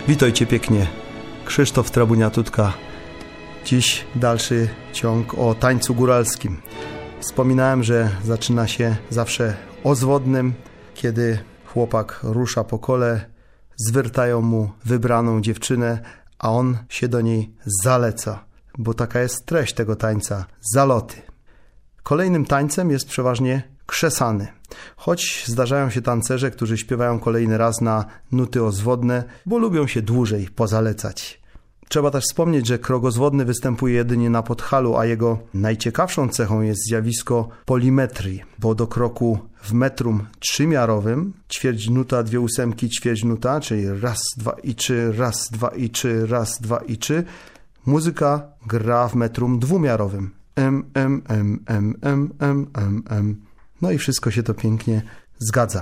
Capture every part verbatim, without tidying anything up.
Witajcie pięknie, Krzysztof Trabuniatutka. Dziś dalszy ciąg o tańcu góralskim. Wspominałem, że zaczyna się zawsze ozwodnym, kiedy chłopak rusza po kole, zwyrtają mu wybraną dziewczynę, a on się do niej zaleca, bo taka jest treść tego tańca, zaloty. Kolejnym tańcem jest przeważnie krzesany. Choć zdarzają się tancerze, którzy śpiewają kolejny raz na nuty ozwodne, bo lubią się dłużej pozalecać. Trzeba też wspomnieć, że krok ozwodny występuje jedynie na Podhalu, a jego najciekawszą cechą jest zjawisko polimetrii, bo do kroku w metrum trzymiarowym, ćwierć nuta, dwie ósemki, ćwierć nuta, czyli raz, dwa i trzy, raz, dwa i trzy, raz, dwa i trzy, muzyka gra w metrum dwumiarowym. M, M, M, M, M, M, M, M. No i wszystko się to pięknie zgadza.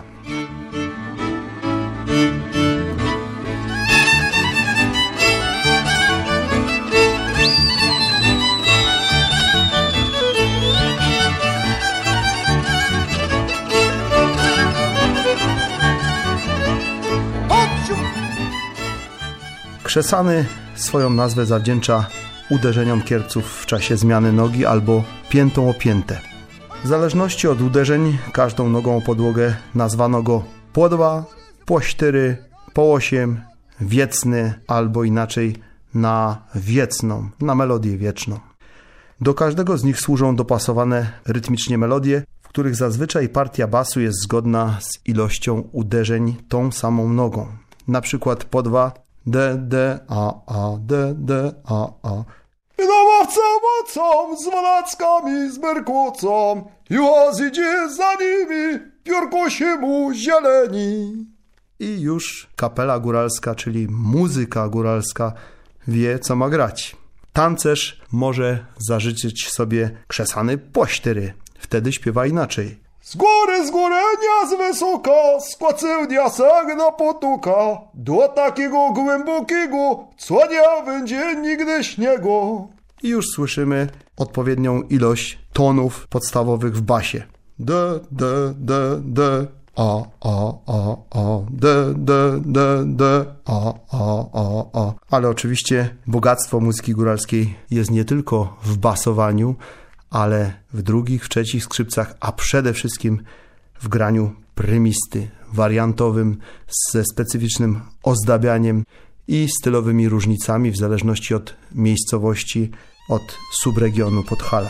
Krzesany swoją nazwę zawdzięcza uderzeniom kierpców w czasie zmiany nogi albo piętą o piętę. W zależności od uderzeń każdą nogą o podłogę nazwano go po dwa, po cztery, po osiem, wiecny albo inaczej na wiecną, na melodię wieczną. Do każdego z nich służą dopasowane rytmicznie melodie, w których zazwyczaj partia basu jest zgodna z ilością uderzeń tą samą nogą. Na przykład po dwa D, D, A, A, D, D, A, A. I domowca mocą, z walackami, z berkłocą, i łaz idzie za nimi, piórko się mu zieleni. I już kapela góralska, czyli muzyka góralska, wie, co ma grać. Tancerz może zażyczyć sobie krzesany pośtyry, wtedy śpiewa inaczej. Z góry, z góry, nie z wysoka, skłacełnia sagna potuka, do takiego głębokiego, co nie będzie nigdy śniegu. I już słyszymy odpowiednią ilość tonów podstawowych w basie. D, D, D, D, A, A, A, A, D, D, D, D, A, A, A, A. Ale oczywiście bogactwo muzyki góralskiej jest nie tylko w basowaniu, ale w drugich, w trzecich skrzypcach, a przede wszystkim w graniu prymisty, wariantowym, ze specyficznym ozdabianiem i stylowymi różnicami w zależności od miejscowości, od subregionu Podhala.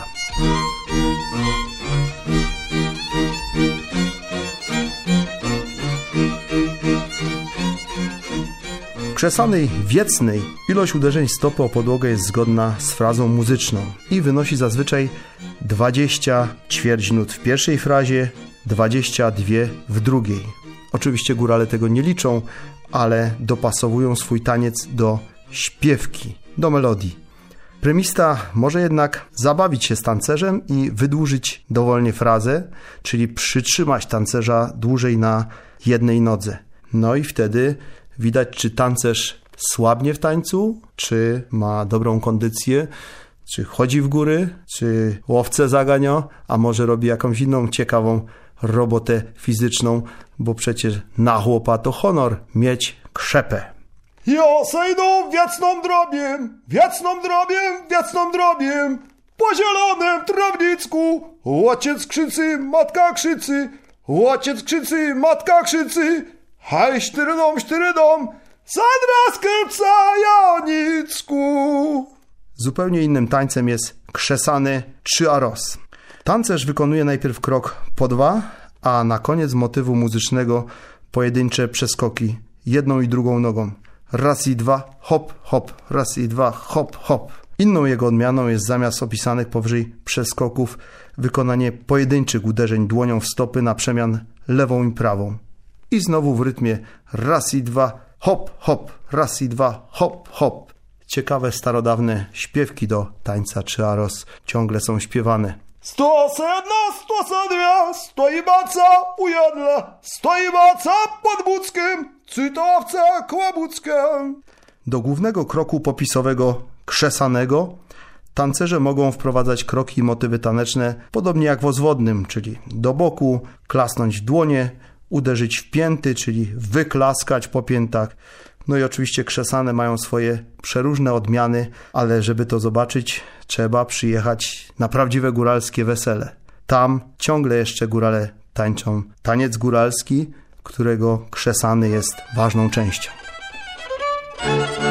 W krzesanej wiecnej ilość uderzeń stopy o podłogę jest zgodna z frazą muzyczną i wynosi zazwyczaj dwadzieścia ćwierć nut w pierwszej frazie, dwadzieścia dwie w drugiej. Oczywiście górale tego nie liczą, ale dopasowują swój taniec do śpiewki, do melodii. Prymista może jednak zabawić się z tancerzem i wydłużyć dowolnie frazę, czyli przytrzymać tancerza dłużej na jednej nodze. No i wtedy widać, czy tancerz słabnie w tańcu, czy ma dobrą kondycję, czy chodzi w góry, czy łowcę zagania, a może robi jakąś inną ciekawą robotę fizyczną, bo przecież na chłopa to honor mieć krzepę. Ja sejdą wiecną drobiem, wiecną drobiem, wiecną drobiem, po zielonym trawnicku, ojciec krzycy, matka krzycy, ojciec krzycy, matka krzycy, haj sztyrynom, sztyrynom, zadra skrypca Janicku. Zupełnie innym tańcem jest krzesany trzy a roz. Tancerz wykonuje najpierw krok po dwa, a na koniec motywu muzycznego pojedyncze przeskoki jedną i drugą nogą. Raz i dwa, hop, hop, raz i dwa, hop, hop. Inną jego odmianą jest zamiast opisanych powyżej przeskoków wykonanie pojedynczych uderzeń dłonią w stopy na przemian lewą i prawą. I znowu w rytmie raz i dwa, hop, hop, raz i dwa, hop, hop. Ciekawe starodawne śpiewki do tańca trzy a roz ciągle są śpiewane. Sto jedna, sto dwie, stoi maca u jedla, stoi maca pod Buckiem, cytowca Kłabuckiem. Do głównego kroku popisowego krzesanego tancerze mogą wprowadzać kroki i motywy taneczne podobnie jak w ozwodnym, czyli do boku, klasnąć w dłonie, uderzyć w pięty, czyli wyklaskać po piętach, No i oczywiście krzesane mają swoje przeróżne odmiany, ale żeby to zobaczyć, trzeba przyjechać na prawdziwe góralskie wesele. Tam ciągle jeszcze górale tańczą taniec góralski, którego krzesany jest ważną częścią.